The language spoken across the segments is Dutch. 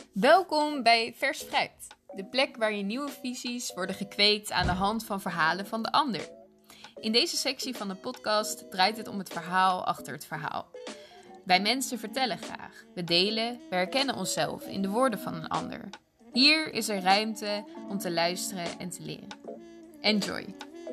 Welkom bij Vers Fruit, de plek waar je nieuwe visies worden gekweekt aan de hand van verhalen van de ander. In deze sectie van de podcast draait het om het verhaal achter het verhaal. Wij mensen vertellen graag, we delen, we herkennen onszelf in de woorden van een ander. Hier is er ruimte om te luisteren en te leren. Enjoy!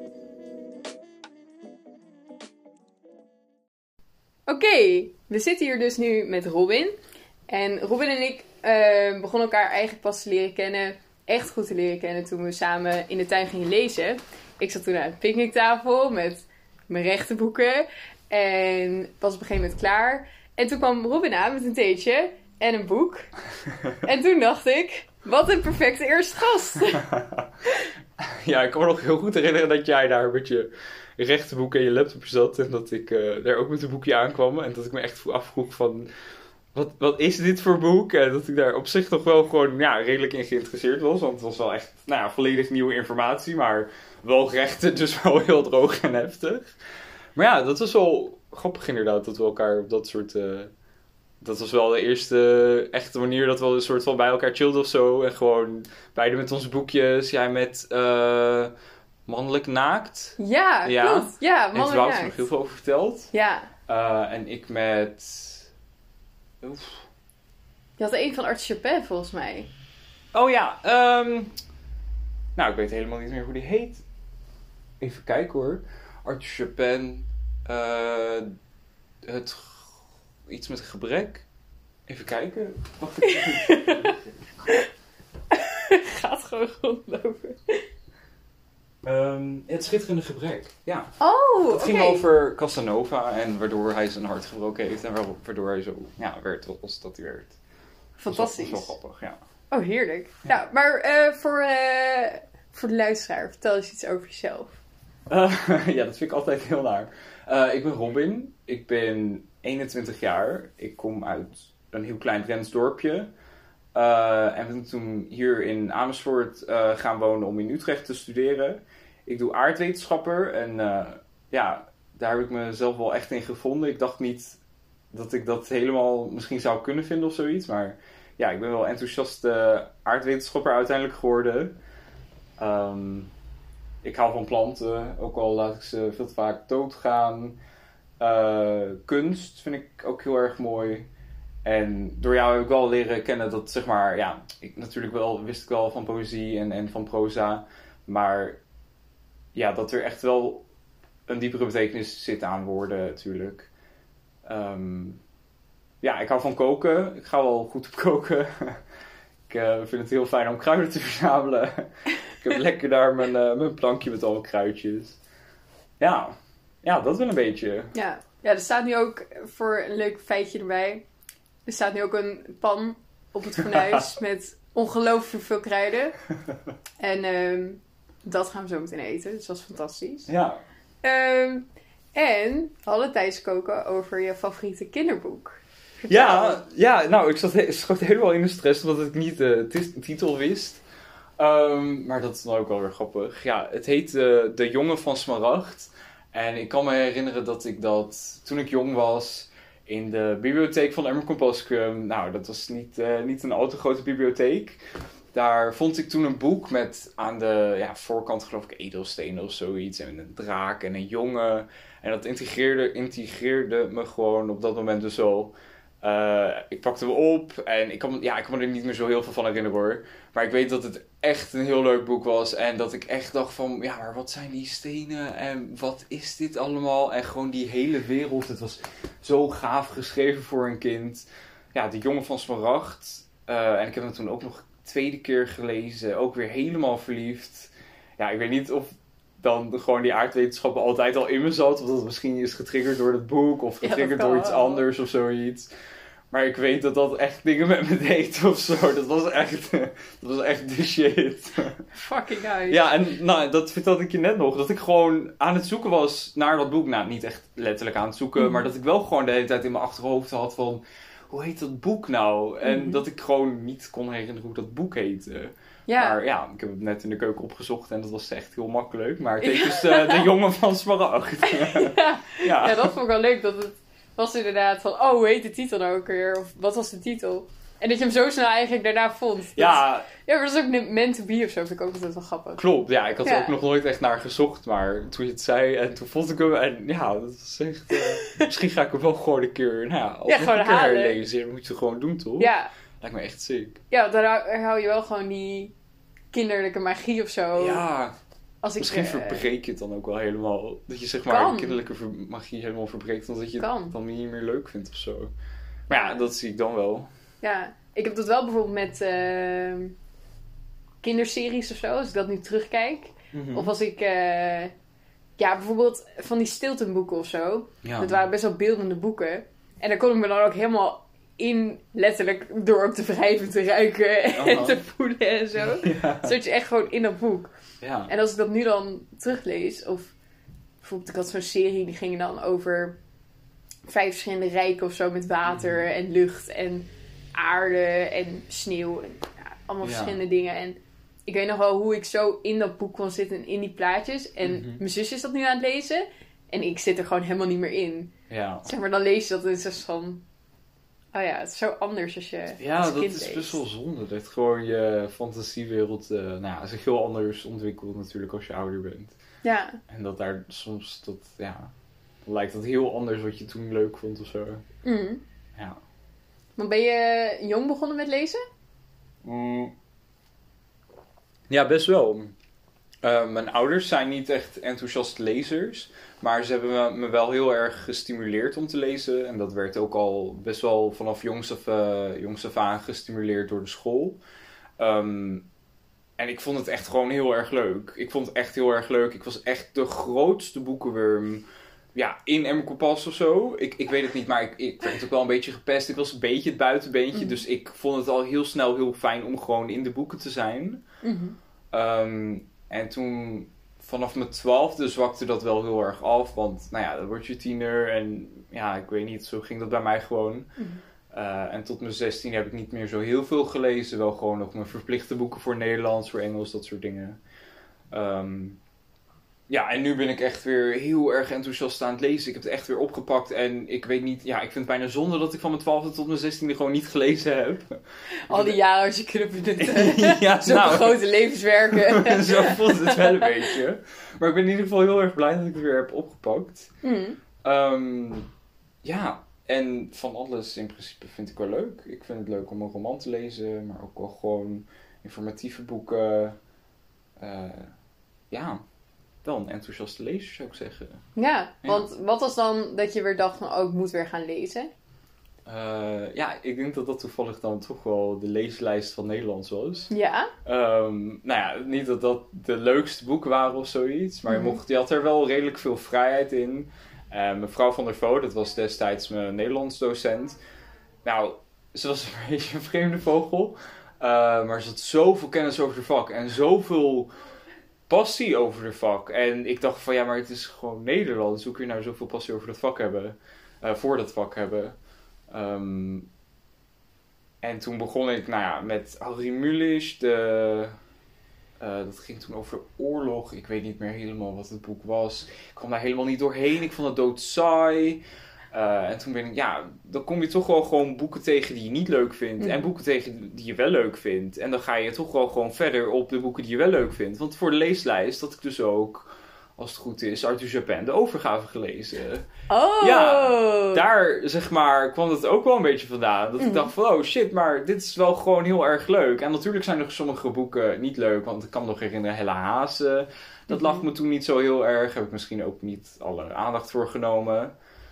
Oké, we zitten hier dus nu met Robin. En Robin en ik begonnen elkaar eigenlijk pas te leren kennen, echt goed te leren kennen, toen we samen in de tuin gingen lezen. Ik zat toen aan de picknicktafel met mijn rechtenboeken en was op een gegeven moment klaar. En toen kwam Robin aan met een theetje en een boek. En toen dacht ik, wat een perfecte eerste gast. Ja, ik kan me nog heel goed herinneren dat jij daar met je rechtenboek en je laptop zat. En dat ik daar ook met een boekje aankwam. En dat ik me echt afvroeg van, wat is dit voor boek? En dat ik daar op zich toch wel gewoon redelijk in geïnteresseerd was. Want het was wel echt volledig nieuwe informatie. Maar wel rechten, dus wel heel droog en heftig. Maar ja, dat was wel grappig inderdaad. Dat we elkaar op dat soort... dat was wel de eerste echte manier dat we een soort van bij elkaar chillden of zo. En gewoon beide met onze boekjes. Jij met Mannelijk Naakt. Ja, klopt. Ja, Mannelijk Naakt. En daar nog heel veel over verteld. Ja. En ik met... Oef. Je had een van Arthur Chapin volgens mij. Oh ja. Ik weet helemaal niet meer hoe die heet. Even kijken hoor. Arthur Chapin. Iets met gebrek. Even kijken. Wacht even. Gaat gewoon rondlopen. Het schitterende gebrek. Ja. Oh, Het ging over Casanova en waardoor hij zijn hart gebroken heeft. En waardoor hij zo werd als dat hij werd. Fantastisch. Dat is wel grappig, ja. Oh, heerlijk. Ja. Nou, maar voor de luisteraar, vertel eens iets over jezelf. Ja, dat vind ik altijd heel naar. Ik ben Robin. Ik ben 21 jaar. Ik kom uit een heel klein Drents dorpje. En ben toen hier in Amersfoort gaan wonen om in Utrecht te studeren. Ik doe aardwetenschapper. En daar heb ik mezelf wel echt in gevonden. Ik dacht niet dat ik dat helemaal misschien zou kunnen vinden of zoiets. Maar ja, ik ben wel enthousiast aardwetenschapper uiteindelijk geworden. Ik hou van planten. Ook al laat ik ze veel te vaak doodgaan. Kunst vind ik ook heel erg mooi. En door jou heb ik wel leren kennen dat, zeg maar, wist ik wel van poëzie en van proza. Maar ja, dat er echt wel een diepere betekenis zit aan woorden, natuurlijk. Ik hou van koken. Ik ga wel goed op koken. Ik vind het heel fijn om kruiden te verzamelen. Ik heb lekker daar mijn plankje met alle kruidjes. Ja, dat wel een beetje. Ja, er staat nu ook, voor een leuk feitje erbij, er staat nu ook een pan op het fornuis met ongelooflijk veel kruiden. En dat gaan we zo meteen eten, dus dat is fantastisch. Ja. En we hadden tijdens koken over je favoriete kinderboek. Ik schoot helemaal in de stress omdat ik niet de titel wist. Maar dat is dan ook wel weer grappig. Ja, het heet De Jongen van Smaragd. En ik kan me herinneren dat ik dat toen ik jong was in de bibliotheek van Emmer Compostcrum. Nou, dat was niet een al te grote bibliotheek. Daar vond ik toen een boek met aan de voorkant geloof ik edelstenen of zoiets. En een draak en een jongen. En dat integreerde me gewoon op dat moment dus wel. Ik pakte hem op en ik kan me er niet meer zo heel veel van herinneren hoor. Maar ik weet dat het echt een heel leuk boek was. En dat ik echt dacht van, maar wat zijn die stenen? En wat is dit allemaal? En gewoon die hele wereld. Het was zo gaaf geschreven voor een kind. Ja, De Jongen van Smaragd. En ik heb hem toen ook nog tweede keer gelezen. Ook weer helemaal verliefd. Ja, ik weet niet of dan gewoon die aardwetenschappen altijd al in me zat. Of dat het misschien is getriggerd door het boek. Of getriggerd door iets anders of zoiets. Maar ik weet dat dat echt dingen met me deed of zo. Dat was echt de shit. Fucking nice. Ja, en dat vertelde ik je net nog. Dat ik gewoon aan het zoeken was naar dat boek. Nou, niet echt letterlijk aan het zoeken. Maar dat ik wel gewoon de hele tijd in mijn achterhoofd had van, hoe heet dat boek nou? En dat ik gewoon niet kon herinneren hoe dat boek heette. Ja. Maar ja, ik heb het net in de keuken opgezocht en dat was echt heel makkelijk. Maar het heet dus De Jongen van Smaragd. Ja, dat vond ik wel leuk. Dat het was inderdaad van, hoe heet de titel nou ook weer? Of wat was de titel? En dat je hem zo snel eigenlijk daarna vond. Ja, Ja, maar dat is ook meant to be of zo. Vind ik ook altijd wel grappig. klopt. Ja, ik had er ook nog nooit echt naar gezocht. Maar toen je het zei en toen vond ik hem. En ja, dat is echt... misschien ga ik hem wel gewoon een keer... Nou ja, alsnog gewoon een keer halen. herlezen. Dat moet je gewoon doen, toch? Ja. Lijkt me echt sick. Ja, want dan hou je wel gewoon die kinderlijke magie of zo. Ja, Als ik, misschien verbreek je het dan ook wel helemaal. Dat je zeg maar Kan. de kinderlijke magie helemaal verbreekt. Omdat je Kan. het dan niet meer leuk vindt of zo. Maar ja, dat zie ik dan wel. Ja, ik heb dat wel bijvoorbeeld met kinderseries of zo. Als ik dat nu terugkijk. Mhm. Of als ik... ja, bijvoorbeeld van die Stilton-boeken of zo. Ja. Dat waren best wel beeldende boeken. En daar kon ik me dan ook helemaal in, letterlijk, door ook te wrijven, te ruiken en te voelen en zo. Ja. Zodat je echt gewoon in dat boek. Ja. En als ik dat nu dan teruglees, of bijvoorbeeld ik had zo'n serie, die ging dan over 5 verschillende rijken of zo, met water en lucht en aarde en sneeuw. En, ja, allemaal verschillende dingen. En ik weet nog wel hoe ik zo in dat boek kon zitten, in die plaatjes. En mijn zusje is dat nu aan het lezen. En ik zit er gewoon helemaal niet meer in. Ja. Zeg maar, dan lees je dat en het is van... Oh ja, het is zo anders als je Ja, als dat kind is leest. best wel zonde. Dat gewoon je fantasiewereld nou ja, zich heel anders ontwikkelt natuurlijk als je ouder bent. Ja. En dat daar soms, dan lijkt dat heel anders wat je toen leuk vond of zo. Mm. Ja. Maar ben je jong begonnen met lezen? Ja, best wel. Mijn ouders zijn niet echt enthousiast lezers. Maar ze hebben me wel heel erg gestimuleerd om te lezen. En dat werd ook al best wel vanaf jongs af aan gestimuleerd door de school. En ik vond het echt gewoon heel erg leuk. Ik vond het echt heel erg leuk. Ik was echt de grootste boekenworm in Emmer Kompas of zo. Ik weet het niet, maar ik werd ook wel een beetje gepest. Ik was een beetje het buitenbeentje. Dus ik vond het al heel snel heel fijn om gewoon in de boeken te zijn. Mm-hmm. En toen, vanaf mijn 12e zwakte dat wel heel erg af. Want, nou ja, dan word je tiener. En ja, ik weet niet, zo ging dat bij mij gewoon. Mm-hmm. En tot mijn 16 heb ik niet meer zo heel veel gelezen. Wel gewoon nog mijn verplichte boeken voor Nederlands, voor Engels, dat soort dingen. Ja, en nu ben ik echt weer heel erg enthousiast aan het lezen. Ik heb het echt weer opgepakt. En ik weet niet, ik vind het bijna zonde dat ik van mijn 12e tot mijn 16e gewoon niet gelezen heb. Al die jaren als je kunnen benutten. Ja, Zo'n grote levenswerken. Zo voelt het wel een beetje. Maar ik ben in ieder geval heel erg blij dat ik het weer heb opgepakt. Ja, en van alles in principe vind ik wel leuk. Ik vind het leuk om een roman te lezen, maar ook wel gewoon informatieve boeken. Wel een enthousiaste lezer zou ik zeggen. Ja, want wat was dan dat je weer dacht van, ik moet weer gaan lezen? Ik denk dat dat toevallig dan toch wel de leeslijst van Nederlands was. Ja? Niet dat dat de leukste boeken waren of zoiets, maar je had er wel redelijk veel vrijheid in. Mevrouw van der Vo, dat was destijds mijn Nederlands docent. Nou, ze was een beetje een vreemde vogel. Maar ze had zoveel kennis over het vak en zoveel passie over het vak. En ik dacht van, maar het is gewoon Nederlands. Hoe kun je nou zoveel passie over dat vak hebben? Voor dat vak hebben. En toen begon ik, met Harry Mulisch. Dat ging toen over oorlog. Ik weet niet meer helemaal wat het boek was. Ik kwam daar helemaal niet doorheen. Ik vond het doodsaai. En toen ben ik, dan kom je toch wel gewoon boeken tegen die je niet leuk vindt. En boeken tegen die je wel leuk vindt. En dan ga je toch wel gewoon verder op de boeken die je wel leuk vindt. Want voor de leeslijst had ik dus ook, als het goed is, Arthur Japin, de overgave gelezen. Oh! Ja, daar, zeg maar, kwam het ook wel een beetje vandaan. Dat ik dacht van, oh shit, maar dit is wel gewoon heel erg leuk. En natuurlijk zijn er sommige boeken niet leuk. Want ik kan me nog herinneren, Helle Haase. Dat lag me toen niet zo heel erg. Heb ik misschien ook niet alle aandacht voor genomen.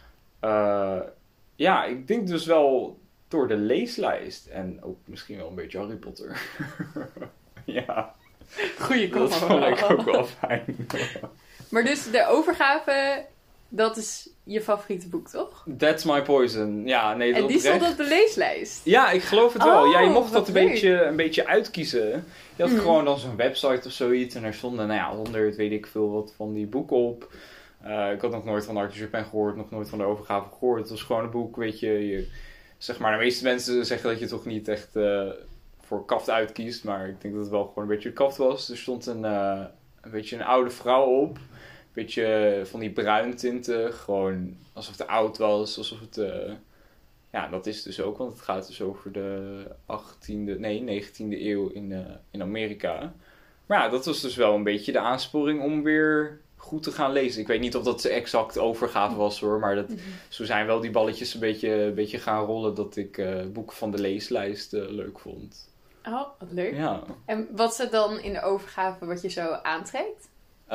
Ik denk dus wel door de leeslijst. En ook misschien wel een beetje Harry Potter. Ja. Goeie kop. Dat vond ik ook wel fijn. Maar dus de overgave, dat is je favoriete boek, toch? That's My Poison. Ja, nee, dat en die stond op de leeslijst? Ja, ik geloof het wel. Ja, je mocht dat leuk. een beetje uitkiezen. Je had gewoon dan zo'n website of zoiets. En er stonden, 100, weet ik veel, wat van die boeken op. Ik had nog nooit van Arthur Japin gehoord, nog nooit van de overgave gehoord. Het was gewoon een boek, weet je, zeg maar, de meeste mensen zeggen dat je toch niet echt voor kaft uitkiest. Maar ik denk dat het wel gewoon een beetje kaft was. Er stond een beetje een oude vrouw op. Een beetje van die bruin tinten. Gewoon alsof het oud was. Alsof het ja, dat is dus ook, want het gaat dus over de 19e eeuw in Amerika. Maar ja, dat was dus wel een beetje de aansporing om weer goed te gaan lezen. Ik weet niet of dat de exact overgave was hoor, maar zo zijn wel die balletjes een beetje gaan rollen dat ik boeken van de leeslijst leuk vond. Oh, wat leuk. Ja. En wat is het dan in de overgave wat je zo aantrekt?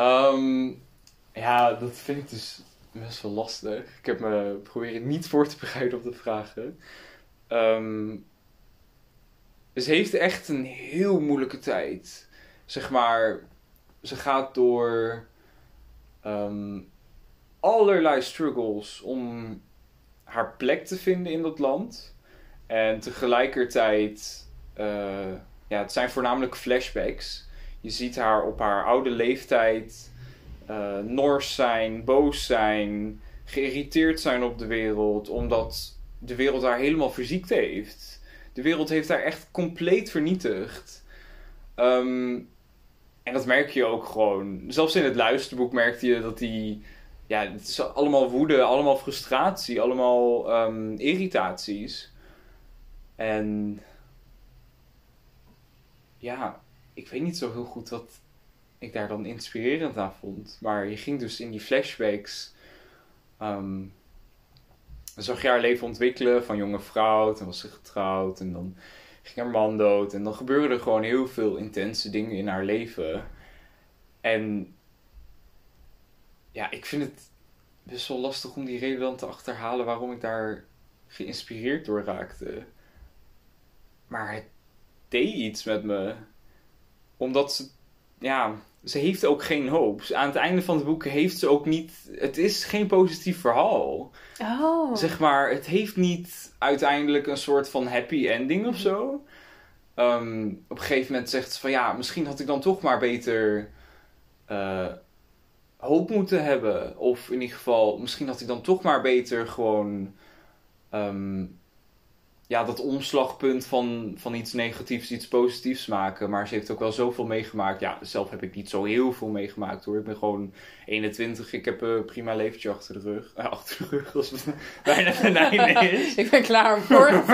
Ja, dat vind ik dus best wel lastig. Ik heb me proberen niet voor te bereiden op de vragen. Ze heeft echt een heel moeilijke tijd. Zeg maar, ze gaat door allerlei struggles om haar plek te vinden in dat land. En tegelijkertijd, ja, het zijn voornamelijk flashbacks. Je ziet haar op haar oude leeftijd nors zijn, boos zijn, geïrriteerd zijn op de wereld, omdat de wereld haar helemaal verziekt heeft. De wereld heeft haar echt compleet vernietigd. En dat merk je ook gewoon. Zelfs in het luisterboek merkte je dat die... Ja, het is allemaal woede, allemaal frustratie, allemaal irritaties. En... Ja, ik weet niet zo heel goed wat ik daar dan inspirerend aan vond. Maar je ging dus in die flashbacks... dan zag je haar leven ontwikkelen van jonge vrouw. Toen was ze getrouwd en dan ging haar man dood. En dan gebeurden er gewoon heel veel intense dingen in haar leven. En ja, ik vind het best wel lastig om die reden dan te achterhalen waarom ik daar geïnspireerd door raakte. Maar het deed iets met me. Omdat ze, ja, ze heeft ook geen hoop. Aan het einde van het boek heeft ze ook niet... Het is geen positief verhaal. Oh. Zeg maar, het heeft niet uiteindelijk een soort van happy ending of zo. Op een gegeven moment zegt ze van ja, misschien had ik dan toch maar beter hoop moeten hebben. Of in ieder geval, misschien had ik dan toch maar beter gewoon ja, dat omslagpunt van iets negatiefs, iets positiefs maken. Maar ze heeft ook wel zoveel meegemaakt. Ja, zelf heb ik niet zo heel veel meegemaakt hoor. Ik ben gewoon 21. Ik heb een prima leventje achter de rug. Achter de rug, als het bijna een einde is. Ik ben klaar om voor te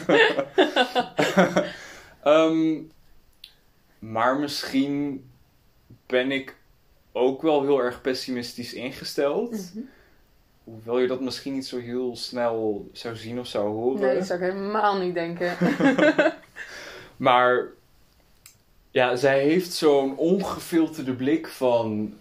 treden. Maar misschien ben ik ook wel heel erg pessimistisch ingesteld. Mm-hmm. Hoewel je dat misschien niet zo heel snel zou zien of zou horen. Nee, dat zou ik helemaal niet denken. Maar ja, zij heeft zo'n ongefilterde blik van...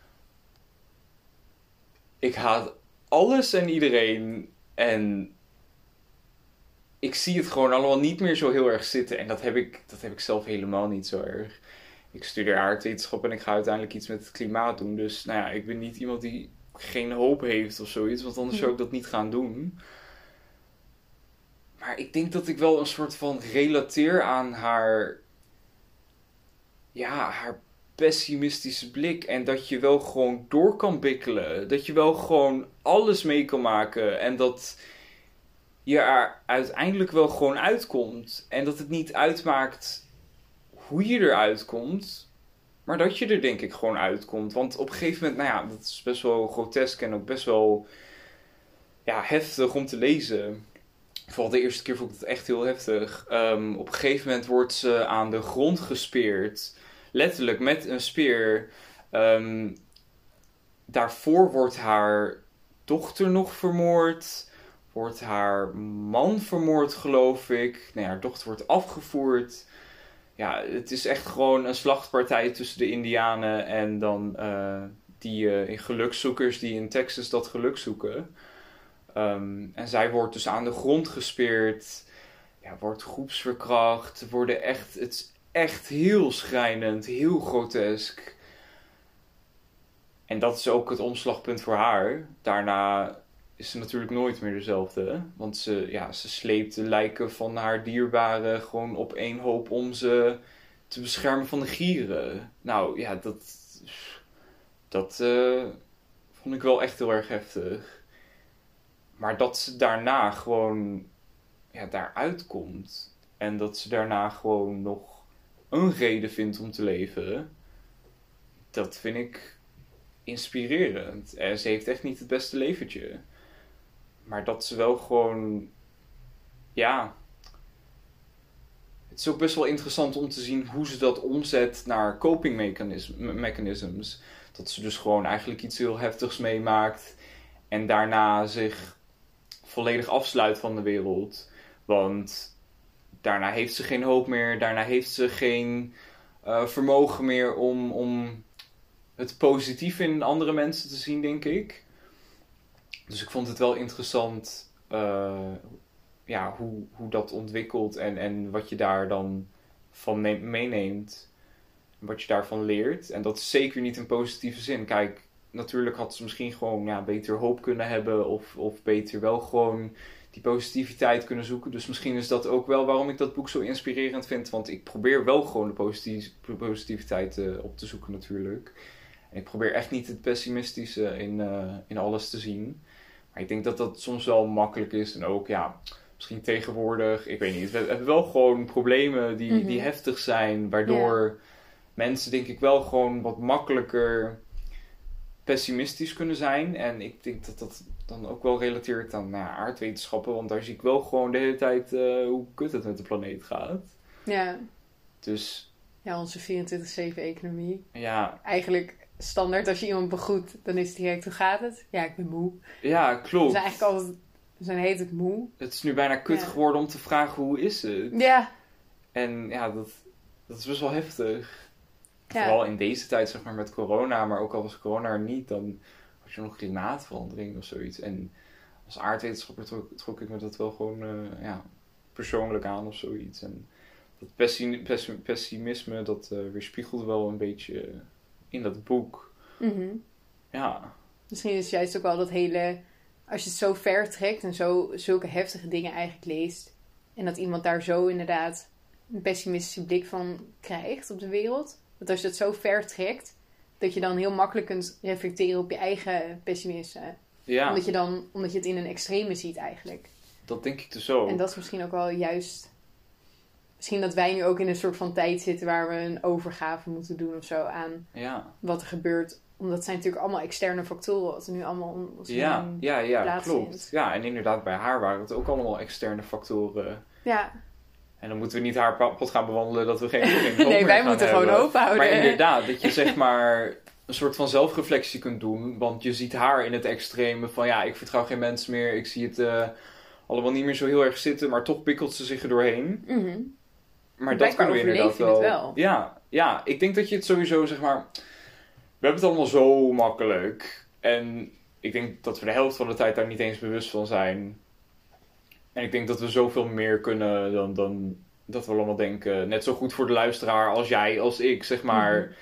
Ik haat alles en iedereen en ik zie het gewoon allemaal niet meer zo heel erg zitten. En dat heb ik zelf helemaal niet zo erg. Ik studeer aardwetenschap en ik ga uiteindelijk iets met het klimaat doen. Dus nou ja, ik ben niet iemand die geen hoop heeft of zoiets. Want anders zou ik dat niet gaan doen. Maar ik denk dat ik wel een soort van relateer aan haar... Ja, haar pessimistische blik. En dat je wel gewoon door kan bikkelen. Dat je wel gewoon alles mee kan maken. En dat je er uiteindelijk wel gewoon uitkomt. En dat het niet uitmaakt hoe je eruit komt. Maar dat je er denk ik gewoon uitkomt. Want op een gegeven moment, nou ja, dat is best wel grotesk en ook best wel ja, heftig om te lezen. Vooral de eerste keer vond ik het echt heel heftig. Op een gegeven moment wordt ze aan de grond gespeerd. Letterlijk met een speer. Daarvoor wordt haar dochter nog vermoord. Wordt haar man vermoord, geloof ik. Nee, haar dochter wordt afgevoerd. Ja, het is echt gewoon een slachtpartij tussen de Indianen en dan die gelukzoekers die in Texas dat geluk zoeken. En zij wordt dus aan de grond gespeerd. Ja, wordt groepsverkracht. Het is echt heel schrijnend, heel grotesk. En dat is ook het omslagpunt voor haar. Daarna is ze natuurlijk nooit meer dezelfde. Want ze sleept de lijken van haar dierbaren gewoon op één hoop om ze te beschermen van de gieren. Nou ja, dat vond ik wel echt heel erg heftig. Maar dat ze daarna gewoon daaruit komt. En dat ze daarna gewoon nog een reden vindt om te leven. Dat vind ik inspirerend. En ze heeft echt niet het beste leventje. Maar dat ze wel gewoon ja, het is ook best wel interessant om te zien hoe ze dat omzet naar coping mechanisms. Dat ze dus gewoon eigenlijk iets heel heftigs meemaakt en daarna zich volledig afsluit van de wereld. Want daarna heeft ze geen hoop meer, daarna heeft ze geen vermogen meer om het positief in andere mensen te zien, denk ik. Dus ik vond het wel interessant hoe dat ontwikkelt en wat je daar dan van meeneemt. Wat je daarvan leert. En dat is zeker niet in positieve zin. Kijk, natuurlijk had ze misschien gewoon beter hoop kunnen hebben of beter wel gewoon die positiviteit kunnen zoeken. Dus misschien is dat ook wel waarom ik dat boek zo inspirerend vind. Want ik probeer wel gewoon de positiviteit op te zoeken natuurlijk. En ik probeer echt niet het pessimistische in alles te zien. Maar ik denk dat dat soms wel makkelijk is. En ook, misschien tegenwoordig, ik weet niet. We hebben wel gewoon problemen die heftig zijn. Waardoor mensen denk ik wel gewoon wat makkelijker pessimistisch kunnen zijn. En ik denk dat dat dan ook wel relateert aan aardwetenschappen. Want daar zie ik wel gewoon de hele tijd hoe kut het met de planeet gaat. Ja. Dus... Ja, onze 24/7 economie. Ja. Eigenlijk standaard als je iemand begroet, dan is het direct, hoe gaat het? Ja, ik ben moe. Ja, klopt. We zijn heet het moe. Het is nu bijna kut geworden om te vragen hoe is het? Ja. En dat is best wel heftig. Ja. Vooral in deze tijd, zeg maar, met corona. Maar ook al was corona er niet, dan had je nog klimaatverandering of zoiets. En als aardwetenschapper trok ik me dat wel gewoon persoonlijk aan of zoiets. En dat pessimisme, dat weerspiegelde wel een beetje in dat boek. Mm-hmm. Ja. Misschien is het juist ook wel dat hele... Als je het zo ver trekt en zulke heftige dingen eigenlijk leest... en dat iemand daar zo inderdaad een pessimistische blik van krijgt op de wereld... dat als je het zo ver trekt... dat je dan heel makkelijk kunt reflecteren op je eigen pessimisme. Ja. Omdat je het in een extreme ziet eigenlijk. Dat denk ik dus ook. En dat is misschien ook wel juist... Misschien dat wij nu ook in een soort van tijd zitten... waar we een overgave moeten doen of zo aan wat er gebeurt... Omdat het zijn natuurlijk allemaal externe factoren. Wat er nu allemaal plaatsvindt. Klopt. Ja, en inderdaad bij haar waren het ook allemaal externe factoren. Ja. En dan moeten we niet haar pad gaan bewandelen dat we geen hoop meer nee, wij moeten gewoon hoop houden. Maar inderdaad, dat je zeg maar een soort van zelfreflectie kunt doen. Want je ziet haar in het extreme van ik vertrouw geen mens meer. Ik zie het allemaal niet meer zo heel erg zitten. Maar toch pikkelt ze zich er doorheen. Mm-hmm. Maar dat kunnen we inderdaad wel. Ja, ik denk dat je het sowieso zeg maar... We hebben het allemaal zo makkelijk. En ik denk dat we de helft van de tijd daar niet eens bewust van zijn. En ik denk dat we zoveel meer kunnen dan dat we allemaal denken. Net zo goed voor de luisteraar als jij, als ik, zeg maar. Mm-hmm.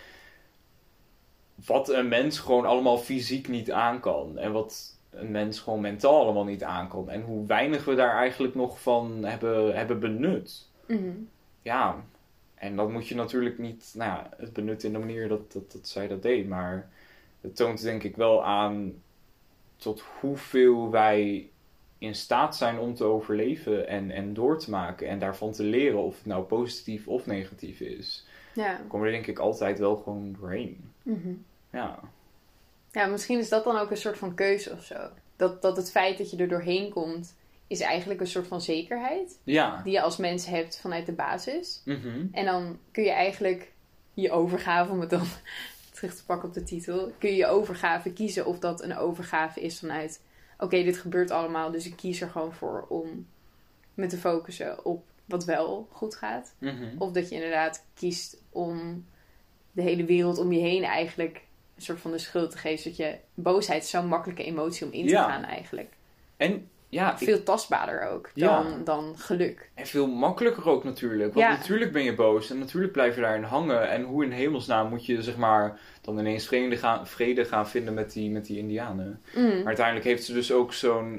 Wat een mens gewoon allemaal fysiek niet aan kan. En wat een mens gewoon mentaal allemaal niet aan kan. En hoe weinig we daar eigenlijk nog van hebben benut. Mm-hmm. Ja, en dat moet je natuurlijk niet het benutten in de manier dat zij dat deed. Maar het toont denk ik wel aan tot hoeveel wij in staat zijn om te overleven en door te maken. En daarvan te leren of het nou positief of negatief is. Ja. Dan komen we denk ik altijd wel gewoon doorheen. Mm-hmm. Ja. Ja, misschien is dat dan ook een soort van keuze of zo. Dat het feit dat je er doorheen komt... is eigenlijk een soort van zekerheid. Ja. Die je als mens hebt vanuit de basis. Mm-hmm. En dan kun je eigenlijk je overgave, om het dan terug te pakken op de titel... kun je je overgave kiezen of dat een overgave is vanuit... Oké, dit gebeurt allemaal, dus ik kies er gewoon voor om me te focussen op wat wel goed gaat. Mm-hmm. Of dat je inderdaad kiest om de hele wereld om je heen eigenlijk een soort van de schuld te geven. Zodat je boosheid is zo'n makkelijke emotie om in te gaan eigenlijk. En veel tastbaarder ook dan geluk. En veel makkelijker ook natuurlijk. Want natuurlijk ben je boos en natuurlijk blijf je daarin hangen. En hoe in hemelsnaam moet je zeg maar dan ineens vrede gaan vinden met die indianen. Mm. Maar uiteindelijk heeft ze dus ook zo'n...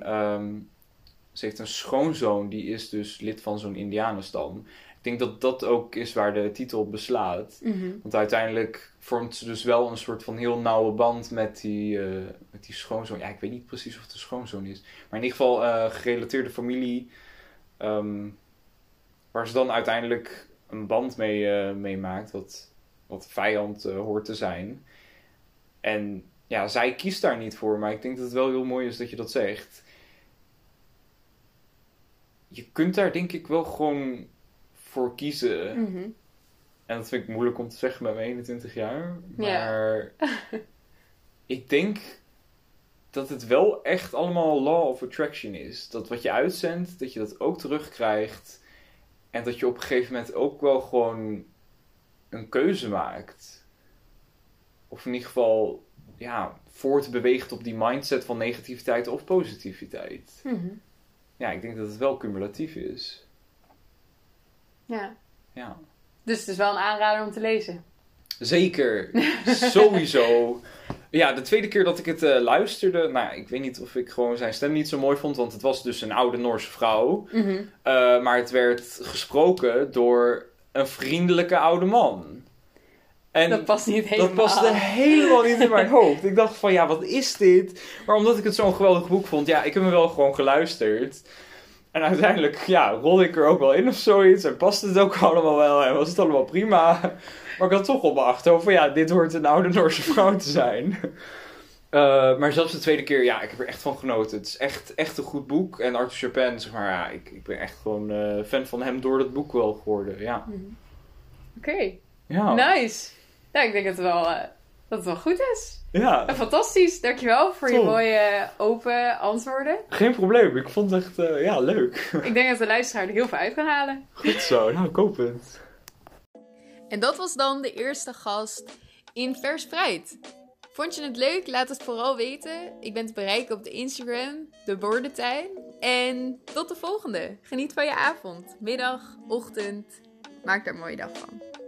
ze heeft een schoonzoon die is dus lid van zo'n indianenstam. Ik denk dat dat ook is waar de titel op beslaat. Mm-hmm. Want uiteindelijk vormt ze dus wel een soort van heel nauwe band met die schoonzoon. Ja, ik weet niet precies of het een schoonzoon is. Maar in ieder geval gerelateerde familie. Waar ze dan uiteindelijk een band mee maakt. Wat vijand hoort te zijn. En ja, zij kiest daar niet voor. Maar ik denk dat het wel heel mooi is dat je dat zegt. je kunt daar denk ik wel gewoon voor kiezen. Mhm. En dat vind ik moeilijk om te zeggen bij mijn 21 jaar. Ja. Maar ik denk dat het wel echt allemaal law of attraction is. Dat wat je uitzendt, dat je dat ook terugkrijgt. En dat je op een gegeven moment ook wel gewoon een keuze maakt. Of in ieder geval, ja, voortbeweegt op die mindset van negativiteit of positiviteit. Mhm. Ja, ik denk dat het wel cumulatief is. Ja. Ja. Dus het is wel een aanrader om te lezen. Zeker, sowieso. Ja, de tweede keer dat ik het luisterde, nou, ik weet niet of ik gewoon zijn stem niet zo mooi vond, want het was dus een oude Noorse vrouw. Mhm. Maar het werd gesproken door een vriendelijke oude man. En Dat past niet helemaal. dat paste helemaal niet in mijn hoofd. Ik dacht van, ja, wat is dit? Maar omdat ik het zo'n geweldig boek vond, ja, ik heb hem wel gewoon geluisterd. En uiteindelijk, ja, rolde ik er ook wel in of zoiets. En paste het ook allemaal wel en was het allemaal prima. Maar ik had toch op mijn achterhoofd van, ja, dit hoort een oude Noorse vrouw te zijn. Maar zelfs de tweede keer, ja, ik heb er echt van genoten. Het is echt een goed boek. En Arthur Chapin, zeg maar, ja, ik ben echt gewoon fan van hem door dat boek wel geworden, ja. Oké. Ja. Nice. Ja, ik denk dat het wel goed is. Ja. En fantastisch. Dankjewel voor je Top. mooie open antwoorden. Geen probleem, ik vond het echt, ja, leuk. Ik denk dat de luisteraar er heel veel uit kan halen. Goed zo, nou, ik hoop het. En dat was dan de eerste gast in Verspreid. Vond je het leuk? Laat het vooral weten. Ik ben te bereiken op de Instagram, de Woordentuin. En tot de volgende. Geniet van je avond, middag, ochtend. Maak daar een mooie dag van.